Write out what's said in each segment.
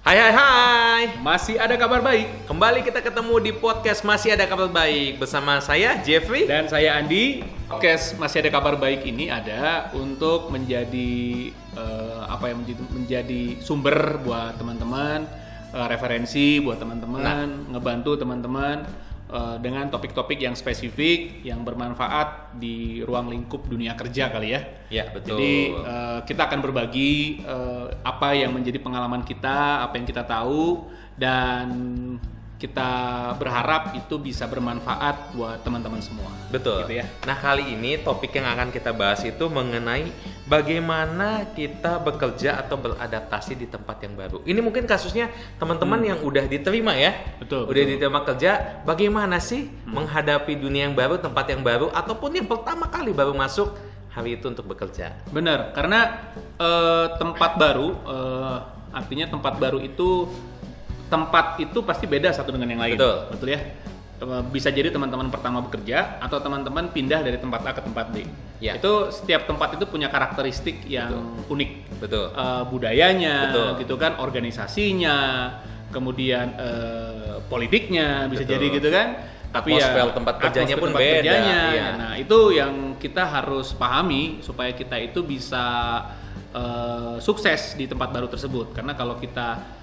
Hai hai hai. Masih ada kabar baik. Kembali kita ketemu di podcast Masih Ada Kabar Baik bersama saya Jeffrey Dan saya Andi. Podcast Masih Ada Kabar Baik ini ada untuk menjadi menjadi sumber buat teman-teman, referensi buat teman-teman, ngebantu teman-teman dengan topik-topik yang spesifik, yang bermanfaat di ruang lingkup dunia kerja kali ya. Ya, betul. Jadi kita akan berbagi apa yang menjadi pengalaman kita, apa yang kita tahu, dan kita berharap itu bisa bermanfaat buat teman-teman semua. Betul. Gitu ya. Nah, kali ini topik yang akan kita bahas itu mengenai bagaimana kita bekerja atau beradaptasi di tempat yang baru. Ini mungkin kasusnya teman-teman yang udah diterima ya. Betul. Udah diterima kerja, bagaimana sih menghadapi dunia yang baru, tempat yang baru, ataupun yang pertama kali baru masuk hari itu untuk bekerja. Benar, karena tempat baru, artinya tempat baru itu pasti beda satu dengan yang lain. Betul ya. Bisa jadi teman-teman pertama bekerja atau teman-teman pindah dari tempat A ke tempat B. Ya. Itu setiap tempat itu punya karakteristik yang unik. Betul. Budayanya, gitu kan, organisasinya, kemudian politiknya bisa jadi gitu kan. Tapi atmosfer tempat kerjanya pun beda. Iya. Nah, itu yang kita harus pahami supaya kita itu bisa sukses di tempat baru tersebut. Karena kalau kita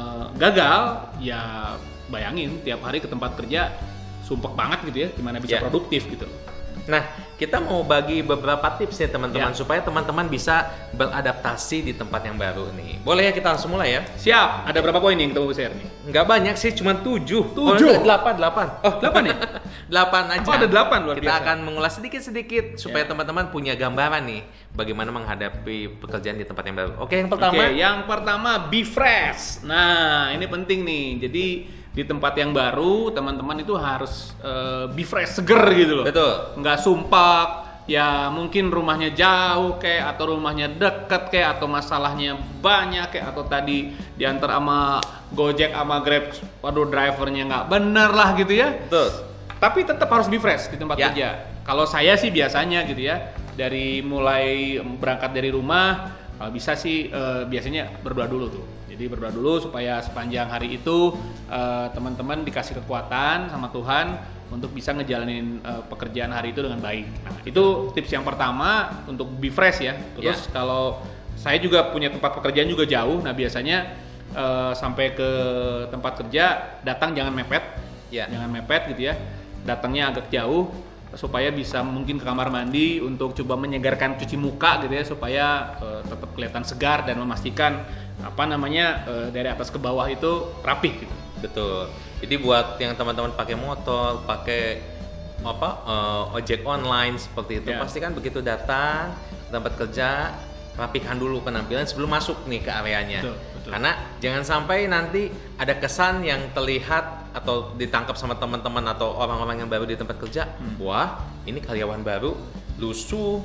gagal, ya bayangin tiap hari ke tempat kerja sumpek banget gitu ya, gimana bisa produktif gitu. Nah, kita mau bagi beberapa tips nih teman-teman supaya teman-teman bisa beradaptasi di tempat yang baru nih. Boleh ya kita langsung mulai ya? Siap. Ada berapa poin yang kita mau share nih? Nggak banyak sih, cuma 7. 8. Oh, 8 ya? 8 aja. Oh, ada 8 luar kita biasa. akan mengulas sedikit-sedikit supaya teman-teman punya gambaran nih bagaimana menghadapi pekerjaan di tempat yang baru. Oke, yang pertama. Yang pertama be fresh. Nah, ini penting nih. Jadi di tempat yang baru teman-teman itu harus be fresh, seger gitu loh. Betul. Nggak sumpah. Ya mungkin rumahnya jauh kayak, atau rumahnya deket kayak, atau masalahnya banyak kayak, atau tadi diantar sama Gojek sama Grab, waduh drivernya nggak bener lah gitu ya. Betul. Tapi tetap harus be fresh di tempat kerja. Kalau saya sih biasanya gitu ya, dari mulai berangkat dari rumah, kalau bisa sih biasanya berdoa dulu tuh. Jadi berdoa dulu supaya sepanjang hari itu teman-teman dikasih kekuatan sama Tuhan untuk bisa ngejalanin pekerjaan hari itu dengan baik. Nah, itu tips yang pertama untuk be fresh ya. Terus kalau saya juga punya tempat pekerjaan juga jauh, nah biasanya sampai ke tempat kerja datang jangan mepet, jangan mepet gitu ya. Datangnya agak jauh supaya bisa mungkin ke kamar mandi untuk coba menyegarkan cuci muka gitu ya, supaya tetap kelihatan segar dan memastikan dari atas ke bawah itu rapih gitu. Betul. Jadi buat yang teman-teman pakai motor, pakai ojek online seperti itu, pasti kan begitu datang ke tempat kerja, rapikan dulu penampilan sebelum masuk nih ke areanya. Betul. Karena jangan sampai nanti ada kesan yang terlihat atau ditangkap sama teman-teman atau orang-orang yang baru di tempat kerja, wah ini karyawan baru lusuh,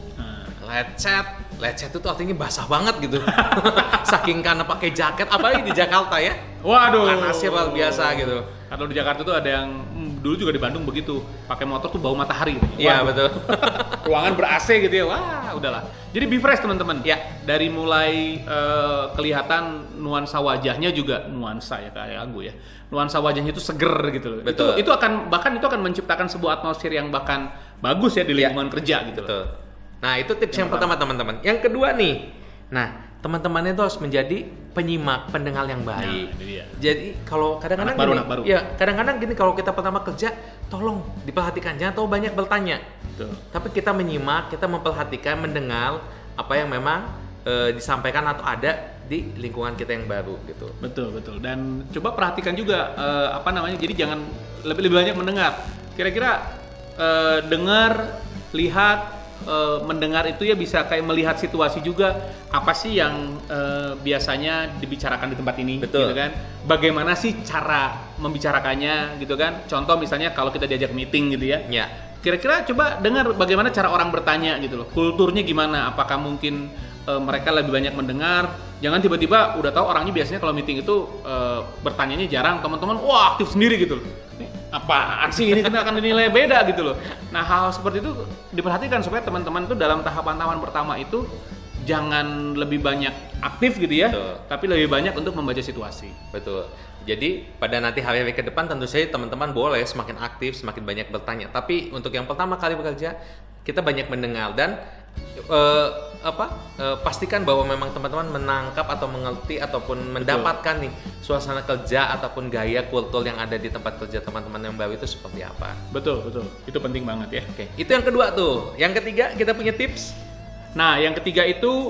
lecet itu artinya basah banget gitu. Saking karena pakai jaket, apalagi di Jakarta ya. Waduh, panasnya luar biasa gitu. Kalau di Jakarta tuh ada yang dulu juga di Bandung begitu, pakai motor tuh bau matahari. Iya betul. Ruangan ber-AC gitu ya, wah udahlah. Jadi be fresh teman-teman. Ya. Dari mulai kelihatan nuansa wajahnya juga, nuansa ya kayak lagu ya. Nuansa wajahnya itu seger gitu loh. Betul. Itu akan menciptakan sebuah atmosfer yang bahkan bagus ya di lingkungan kerja gitu. Betul. Nah, itu tips yang pertama teman-teman. Yang kedua nih. Nah, teman-teman itu harus menjadi penyimak, pendengar yang baik. Nah, ini dia. Jadi kalau kadang-kadang anak baru. Ya, kadang-kadang gini kalau kita pertama kerja, tolong diperhatikan, jangan terlalu banyak bertanya. Betul. Tapi kita menyimak, kita memperhatikan, mendengar apa yang memang disampaikan atau ada di lingkungan kita yang baru gitu. Betul. Dan coba perhatikan juga jadi jangan lebih banyak mendengar. Kira-kira dengar, lihat, mendengar itu ya bisa kayak melihat situasi juga, apa sih yang biasanya dibicarakan di tempat ini. Betul. Gitu kan, bagaimana sih cara membicarakannya gitu kan. Contoh misalnya kalau kita diajak meeting gitu ya, kira-kira coba dengar bagaimana cara orang bertanya gitu loh, kulturnya gimana, apakah mungkin mereka lebih banyak mendengar. Jangan tiba-tiba udah tahu orangnya biasanya kalau meeting itu bertanyanya jarang, teman-teman wah aktif sendiri gitu loh. Apaan sih ini, kita akan dinilai beda gitu loh. Nah hal seperti itu diperhatikan supaya teman-teman tuh dalam tahapan-tahapan pertama itu jangan lebih banyak aktif gitu ya, Betul. tapi lebih banyak untuk membaca situasi. Betul. Jadi pada nanti hari-hari ke depan tentu saja teman-teman boleh semakin aktif, semakin banyak bertanya. Tapi untuk yang pertama kali bekerja, kita banyak mendengar dan pastikan bahwa memang teman-teman menangkap atau mengerti ataupun mendapatkan nih suasana kerja ataupun gaya kultur yang ada di tempat kerja teman-teman yang baru itu seperti apa. Betul. Itu penting banget ya. Oke, itu yang kedua tuh. Yang ketiga kita punya tips. Nah, yang ketiga itu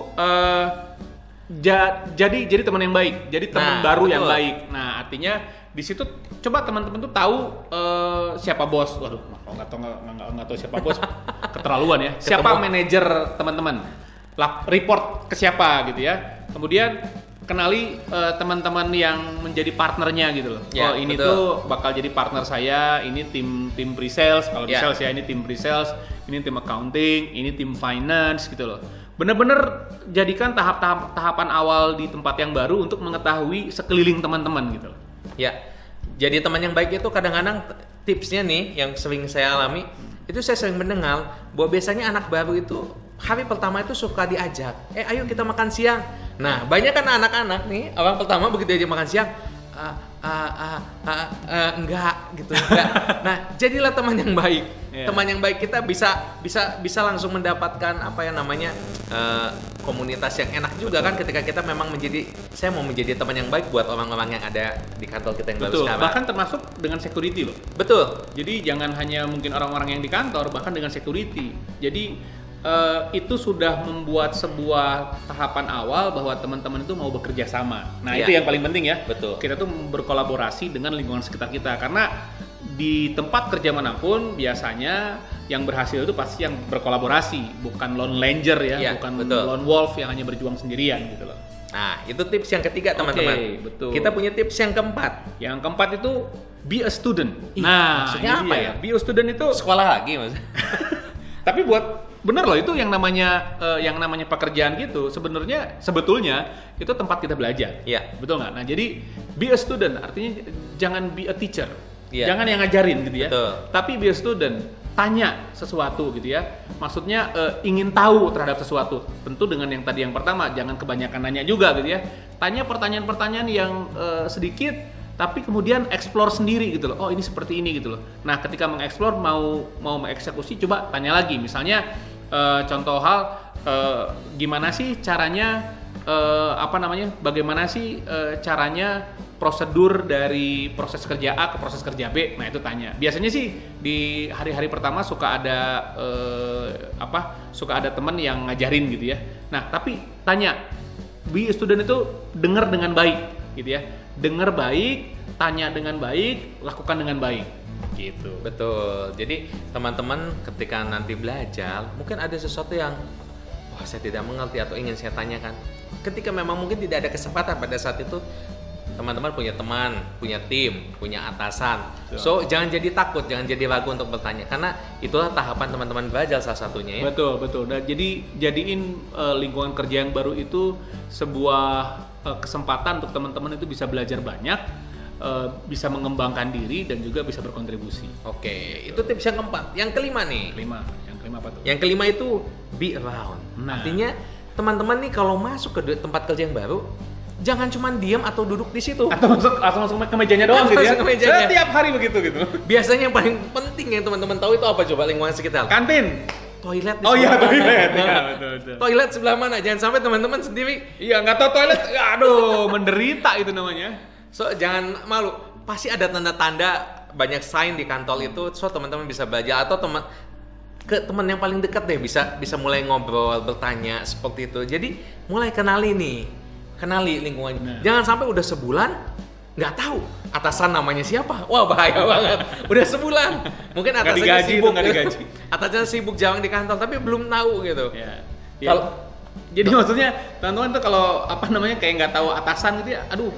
jadi teman yang baik, jadi teman baru yang baik. Nah, artinya di situ coba teman-teman tuh tahu siapa bos. Waduh, nggak tahu siapa bos, keterlaluan ya. Siapa manajer teman-teman? Report ke siapa gitu ya. Kemudian kenali teman-teman yang menjadi partnernya gitu loh. Ya, oh, ini betul. tuh bakal jadi partner saya. Ini tim pre-sales. Kalau di Ya. sales ya ini tim pre-sales. Ini tim accounting. Ini tim finance gitu loh. Bener-bener jadikan tahapan awal di tempat yang baru untuk mengetahui sekeliling teman-teman gitu loh. Ya, jadi teman yang baik itu kadang-kadang tipsnya nih yang sering saya alami, itu saya sering mendengar bahwa biasanya anak baru itu hari pertama itu suka diajak, ayo kita makan siang. Nah, banyak kan anak-anak nih, orang pertama begitu diajak makan siang, enggak gitu. Enggak. Nah, jadilah teman yang baik. Yeah. Teman yang baik kita bisa langsung mendapatkan apa yang namanya komunitas yang enak juga kan ketika kita memang saya mau menjadi teman yang baik buat orang-orang yang ada di kantor kita yang baru Betul. sekarang. Bahkan termasuk dengan security loh. Betul. Jadi jangan hanya mungkin orang-orang yang di kantor, bahkan dengan security. Jadi itu sudah membuat sebuah tahapan awal bahwa teman-teman itu mau bekerja sama. Nah, Iya. itu yang paling penting ya. Betul. Kita tuh berkolaborasi dengan lingkungan sekitar kita karena di tempat kerja manapun biasanya yang berhasil itu pasti yang berkolaborasi, bukan lone ranger ya, Iya, bukan betul. lone wolf yang hanya berjuang sendirian gitu loh. Nah, itu tips yang ketiga teman-teman. Oke, betul. Kita punya tips yang keempat. Yang keempat itu be a student. maksudnya ini apa dia. ya? Be a student itu Sekolah lagi mas. tapi buat bener loh itu yang namanya pekerjaan gitu sebetulnya itu tempat kita belajar. Iya. Betul nggak? Nah jadi be a student artinya jangan be a teacher. Iya. Jangan yang ngajarin gitu ya. Betul. Tapi be a student, tanya sesuatu gitu ya. Maksudnya ingin tahu terhadap sesuatu. Tentu dengan yang tadi yang pertama jangan kebanyakan nanya juga gitu ya. Tanya pertanyaan-pertanyaan yang sedikit tapi kemudian explore sendiri gitu loh. Oh, ini seperti ini gitu loh. Nah, ketika mengeksplor mau mengeksekusi coba tanya lagi. Misalnya contoh hal gimana sih caranya bagaimana sih caranya prosedur dari proses kerja A ke proses kerja B. Nah, itu tanya. Biasanya sih di hari-hari pertama suka ada teman yang ngajarin gitu ya. Nah, tapi tanya. Be a student itu dengar dengan baik gitu ya. Dengar baik, tanya dengan baik, lakukan dengan baik gitu. Betul. Jadi teman-teman ketika nanti belajar mungkin ada sesuatu yang saya tidak mengerti atau ingin saya tanyakan. Ketika memang mungkin tidak ada kesempatan pada saat itu, teman-teman punya teman, punya tim, punya atasan. So jangan jadi takut, jangan jadi ragu untuk bertanya karena itulah tahapan teman-teman belajar salah satunya ya. Betul. Dan jadiin lingkungan kerja yang baru itu sebuah kesempatan untuk teman-teman itu bisa belajar banyak, bisa mengembangkan diri dan juga bisa berkontribusi. Oke, itu tips yang keempat. Yang kelima nih. Yang kelima apa tuh? Yang kelima itu be around. Nah. Artinya teman-teman nih kalau masuk ke tempat kerja yang baru, jangan cuma diam atau duduk di situ. Atau langsung ke mejanya doang gitu ya. Langsung ke mejanya. Setiap hari begitu gitu. Biasanya yang paling penting yang teman-teman tahu itu apa coba lingkungan sekitar? Kantin. Toilet di Oh iya, sebelah mana? toilet. Iya, betul. Toilet sebelah mana? Jangan sampai teman-teman sendiri. Iya, nggak tahu toilet. Aduh, menderita itu namanya. So jangan malu. Pasti ada tanda-tanda banyak sign di kantor itu. So teman-teman bisa belajar atau teman yang paling dekat deh bisa mulai ngobrol, bertanya seperti itu. Jadi mulai kenali lingkungannya. Nah. Jangan sampai udah sebulan nggak tahu atasan namanya siapa. Wah bahaya banget. Udah sebulan. Mungkin atasannya sibuk. Nggak digaji. Atasannya sibuk jarang di kantor tapi belum tahu gitu. Ya. Kalau Jadi maksudnya teman-teman tuh kalau kayak nggak tahu atasan gitu ya, aduh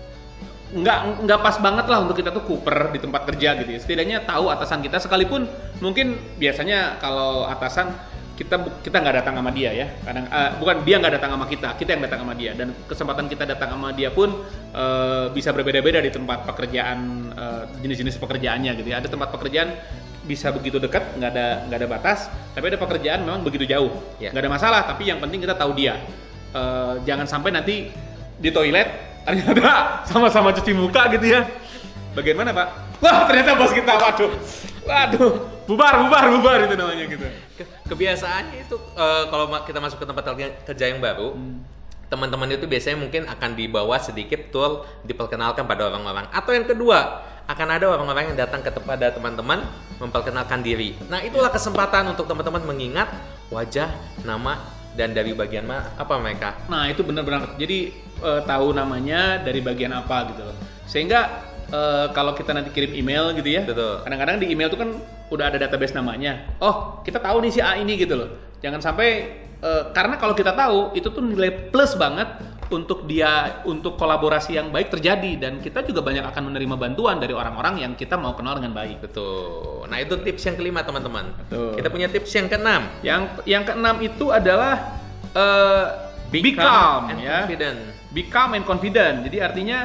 nggak pas banget lah untuk kita tuh kuper di tempat kerja gitu ya. Setidaknya tahu atasan kita sekalipun mungkin biasanya kalau atasan kita nggak datang sama dia ya. Kadang bukan dia nggak datang sama kita yang datang sama dia dan kesempatan kita datang sama dia pun bisa berbeda-beda di tempat pekerjaan jenis-jenis pekerjaannya gitu ya. Ada tempat pekerjaan bisa begitu dekat, nggak ada batas, tapi ada pekerjaan memang begitu jauh, nggak ada masalah. Tapi yang penting kita tahu dia. Jangan sampai nanti di toilet ternyata sama-sama cuci muka gitu ya. Bagaimana Pak? Wah ternyata bos kita, waduh, bubar itu namanya gitu. Kebiasaannya itu kalau kita masuk ke tempat kerja yang baru, teman-teman itu biasanya mungkin akan dibawa sedikit tour, diperkenalkan pada orang-orang. Atau yang kedua, akan ada orang-orang yang datang kepada teman-teman memperkenalkan diri. Nah itulah kesempatan untuk teman-teman mengingat wajah, nama, dan dari bagian apa mereka. Nah itu benar-benar, jadi tahu namanya dari bagian apa gitu loh. Sehingga kalau kita nanti kirim email gitu ya, betul. Kadang-kadang di email itu kan udah ada database namanya. Oh kita tahu nih si A ini gitu loh. Jangan sampai karena kalau kita tahu itu tuh nilai plus banget untuk kolaborasi yang baik terjadi, dan kita juga banyak akan menerima bantuan dari orang-orang yang kita mau kenal dengan baik. Betul. Nah itu tips yang kelima teman-teman. Betul. Kita punya tips yang keenam. Yang keenam itu adalah be calm and ya. Confident. Be calm and confident. Jadi artinya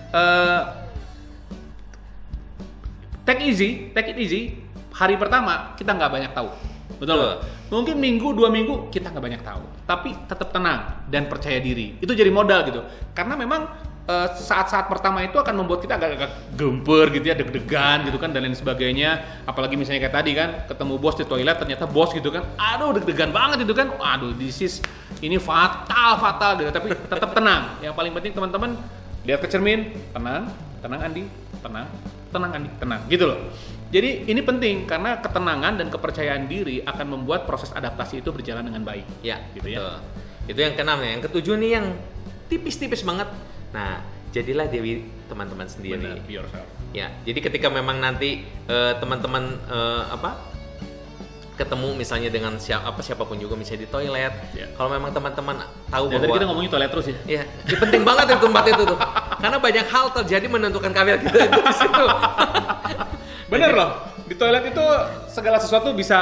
take it easy. Hari pertama kita nggak banyak tahu. Betul. Mungkin minggu, 2 minggu kita nggak banyak tahu, tapi tetap tenang dan percaya diri. Itu jadi modal gitu. Karena memang saat-saat pertama itu akan membuat kita agak-agak gemper gitu ya, deg-degan gitu kan dan lain sebagainya. Apalagi misalnya kayak tadi kan, ketemu bos di toilet ternyata bos gitu kan. Aduh deg-degan banget itu kan. Aduh ini fatal gitu. Tapi tetap tenang. Yang paling penting teman-teman lihat ke cermin, tenang Andi, tenang Andi, tenang gitu loh. Jadi ini penting karena ketenangan dan kepercayaan diri akan membuat proses adaptasi itu berjalan dengan baik. Ya, gitu ya. Itu yang keenam ya. Yang ketujuh nih yang tipis-tipis banget. Nah, jadilah diri teman-teman sendiri. Benar, be yourself. Ya, jadi ketika memang nanti teman-teman ketemu misalnya dengan siapapun juga misalnya di toilet. Yeah. Kalau memang teman-teman tahu bahwa kita ngomongin toilet terus ya. Iya, penting banget itu tempat itu tuh. Karena banyak hal terjadi menentukan karir kita itu di situ. Bener loh. Di toilet itu segala sesuatu bisa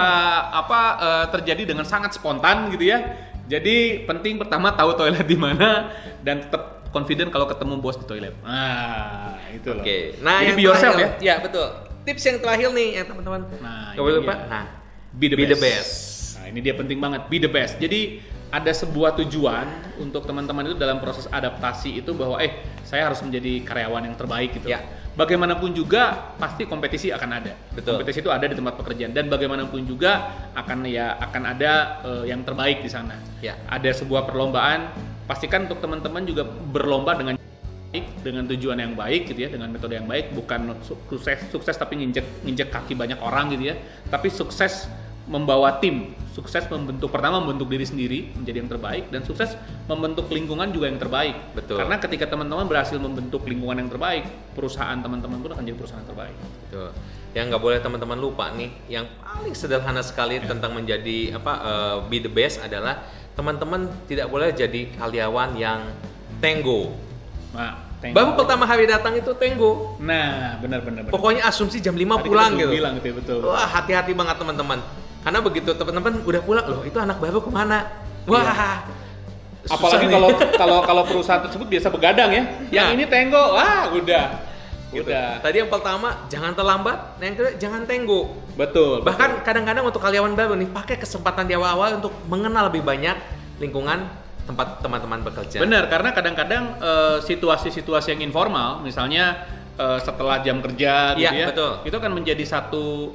terjadi dengan sangat spontan gitu ya. Jadi penting pertama tahu toilet di mana dan tetap confident kalau ketemu bos di toilet. Nah, itu loh. Oke. Nah, jadi be yourself ya. Ya, betul. Tips yang terakhir nih ya teman-teman. Nah, Gak boleh lupa. Nah, be the best. Nah, ini dia penting banget, be the best. Jadi ada sebuah tujuan untuk teman-teman itu dalam proses adaptasi itu bahwa saya harus menjadi karyawan yang terbaik gitu. Ya. Bagaimanapun juga pasti kompetisi akan ada. Betul. Kompetisi itu ada di tempat pekerjaan dan bagaimanapun juga akan ada yang terbaik di sana. Ya. Ada sebuah perlombaan, pastikan untuk teman-teman juga berlomba dengan tujuan yang baik gitu ya, dengan metode yang baik, bukan sukses tapi nginjek kaki banyak orang gitu ya, tapi sukses membawa tim, sukses membentuk diri sendiri menjadi yang terbaik dan sukses membentuk lingkungan juga yang terbaik. Betul. Karena ketika teman-teman berhasil membentuk lingkungan yang terbaik, perusahaan teman-teman pun akan jadi perusahaan yang terbaik. Betul. Yang nggak boleh teman-teman lupa nih, yang paling sederhana sekali tentang menjadi be the best adalah teman-teman tidak boleh jadi karyawan yang tenggo. Nah, baru pertama hari datang itu tenggo. Nah, benar. Pokoknya asumsi jam 5 pulang gitu. Bilang gitu ya, betul. Wah, hati-hati banget teman-teman. Karena begitu teman-teman udah pulang, loh itu anak baru kemana? Wah. Iya. Apalagi kalau perusahaan tersebut biasa begadang ya. Yang ini tenggo, wah udah. Gitu. Tadi yang pertama jangan terlambat, yang kedua jangan tenggo. Betul. Bahkan kadang-kadang untuk karyawan baru nih pakai kesempatan di awal-awal untuk mengenal lebih banyak lingkungan tempat teman-teman bekerja. Benar, karena kadang-kadang situasi-situasi yang informal, misalnya setelah jam kerja gitu ya, betul. Itu akan menjadi satu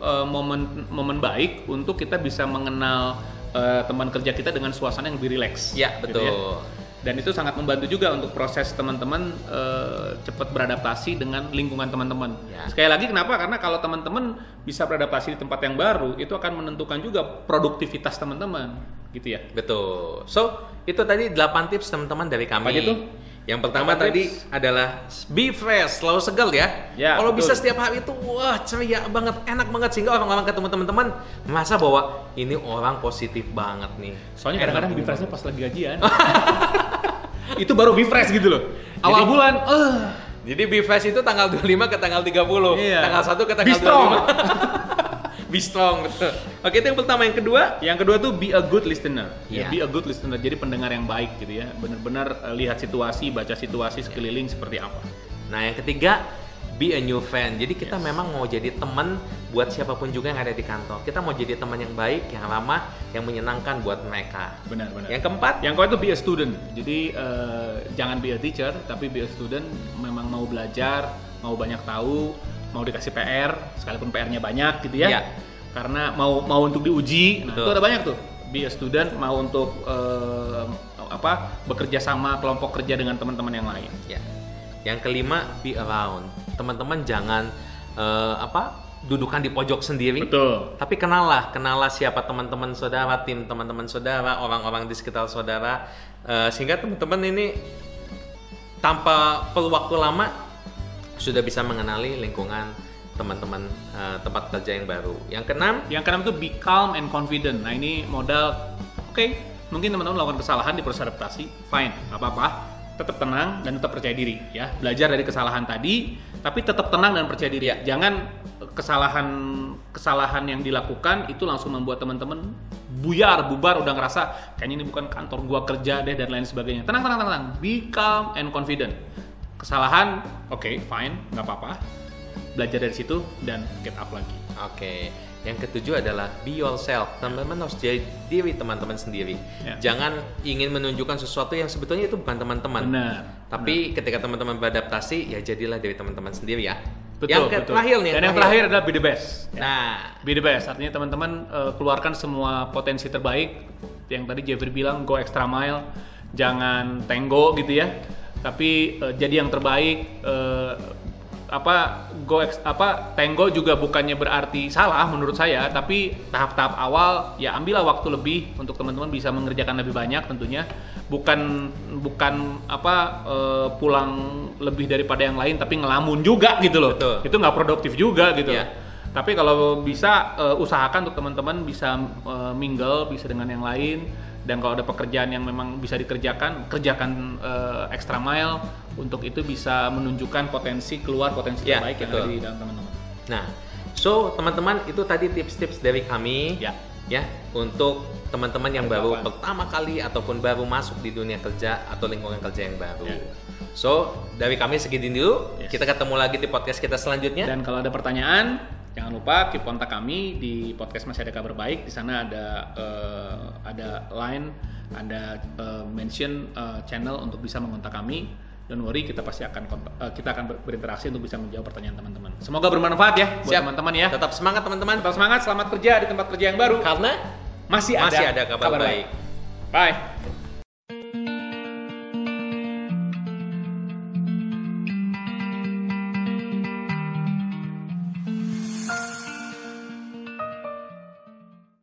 momen baik untuk kita bisa mengenal teman kerja kita dengan suasana yang lebih rileks. Iya, betul. Gitu ya. Dan itu sangat membantu juga untuk proses teman-teman cepat beradaptasi dengan lingkungan teman-teman. Ya. Sekali lagi kenapa? Karena kalau teman-teman bisa beradaptasi di tempat yang baru, itu akan menentukan juga produktivitas teman-teman, gitu ya. Betul. So, itu tadi 8 tips teman-teman dari kami. Apa itu? Yang pertama tadi adalah be fresh, selalu segar ya. Kalau bisa setiap hari itu wah ceria banget, enak banget sehingga orang-orang ketemu teman-teman merasa bahwa ini orang positif banget nih. Soalnya kadang-kadang be freshnya pas lagi gajian. Itu baru be fresh gitu loh. Awal bulan. Jadi be fresh itu tanggal 25 ke tanggal 30. Iya. Tanggal 1 ke tanggal 25. Be strong, betul. Oke, itu yang pertama. Yang kedua tuh be a good listener. Yeah. Be a good listener, jadi pendengar yang baik gitu ya. Benar-benar lihat situasi, baca situasi sekeliling seperti apa. Nah, yang ketiga be a new friend. Jadi kita memang mau jadi teman buat siapapun juga yang ada di kantor. Kita mau jadi teman yang baik, yang ramah, yang menyenangkan buat mereka. Benar. Yang keempat itu be a student. Jadi jangan be a teacher, tapi be a student. Memang mau belajar, mau banyak tahu, mau dikasih PR, sekalipun PR-nya banyak gitu ya. Karena mau untuk diuji. Nah, itu ada banyak tuh. Be a student, mau untuk bekerja sama kelompok kerja dengan teman-teman yang lain. Ya. Yang kelima, be around. Teman-teman jangan dudukan di pojok sendiri. Betul. Tapi kenallah siapa teman-teman saudara, tim teman-teman saudara, orang-orang di sekitar saudara, sehingga teman-teman ini tanpa perlu waktu lama sudah bisa mengenali lingkungan teman-teman tempat kerja yang baru. Yang keenam itu be calm and confident. Nah ini modal, mungkin teman-teman melakukan kesalahan di proses adaptasi, fine, nggak apa-apa. Tetap tenang dan tetap percaya diri, ya. Belajar dari kesalahan tadi, tapi tetap tenang dan percaya diri. Jangan kesalahan yang dilakukan itu langsung membuat teman-teman bubar, udah ngerasa kayaknya ini bukan kantor gua kerja deh dan lain sebagainya. Tenang. Be calm and confident. Kesalahan, fine, nggak apa-apa. Belajar dari situ dan get up lagi. Yang ketujuh adalah be yourself. Teman-teman harus jadi diri teman-teman sendiri. Jangan ingin menunjukkan sesuatu yang sebetulnya itu bukan teman-teman. Tapi ketika teman-teman beradaptasi, ya jadilah diri teman-teman sendiri ya. Betul. Yang terakhir adalah be the best. Be the best. Artinya teman-teman keluarkan semua potensi terbaik. Yang tadi Jeffrey bilang go extra mile. Jangan tenggo gitu ya. Tapi jadi yang terbaik. Tenggo juga bukannya berarti salah menurut saya, tapi tahap-tahap awal ya ambillah waktu lebih untuk teman-teman bisa mengerjakan lebih banyak tentunya, bukan pulang lebih daripada yang lain tapi ngelamun juga gitu loh. Betul. Itu nggak produktif juga gitu. Tapi kalau bisa usahakan untuk teman-teman bisa mingle, bisa dengan yang lain. Dan kalau ada pekerjaan yang memang bisa kerjakan extra mile untuk itu bisa menunjukkan potensi terbaik yang ada di dalam teman-teman. Nah, teman-teman itu tadi tips-tips dari kami ya untuk teman-teman yang baru pertama kali ataupun baru masuk di dunia kerja atau lingkungan kerja yang baru. Dari kami segini dulu. Kita ketemu lagi di podcast kita selanjutnya. Dan kalau ada pertanyaan, jangan lupa keep kontak kami di podcast Masih Ada Kabar Baik. Di sana ada line, ada mention channel untuk bisa mengontak kami. Don't worry, kita pasti akan berinteraksi untuk bisa menjawab pertanyaan teman-teman. Semoga bermanfaat ya buat teman-teman ya. Tetap semangat teman-teman. Tetap semangat, selamat kerja di tempat kerja yang baru. Karena masih ada kabar baik. Bye.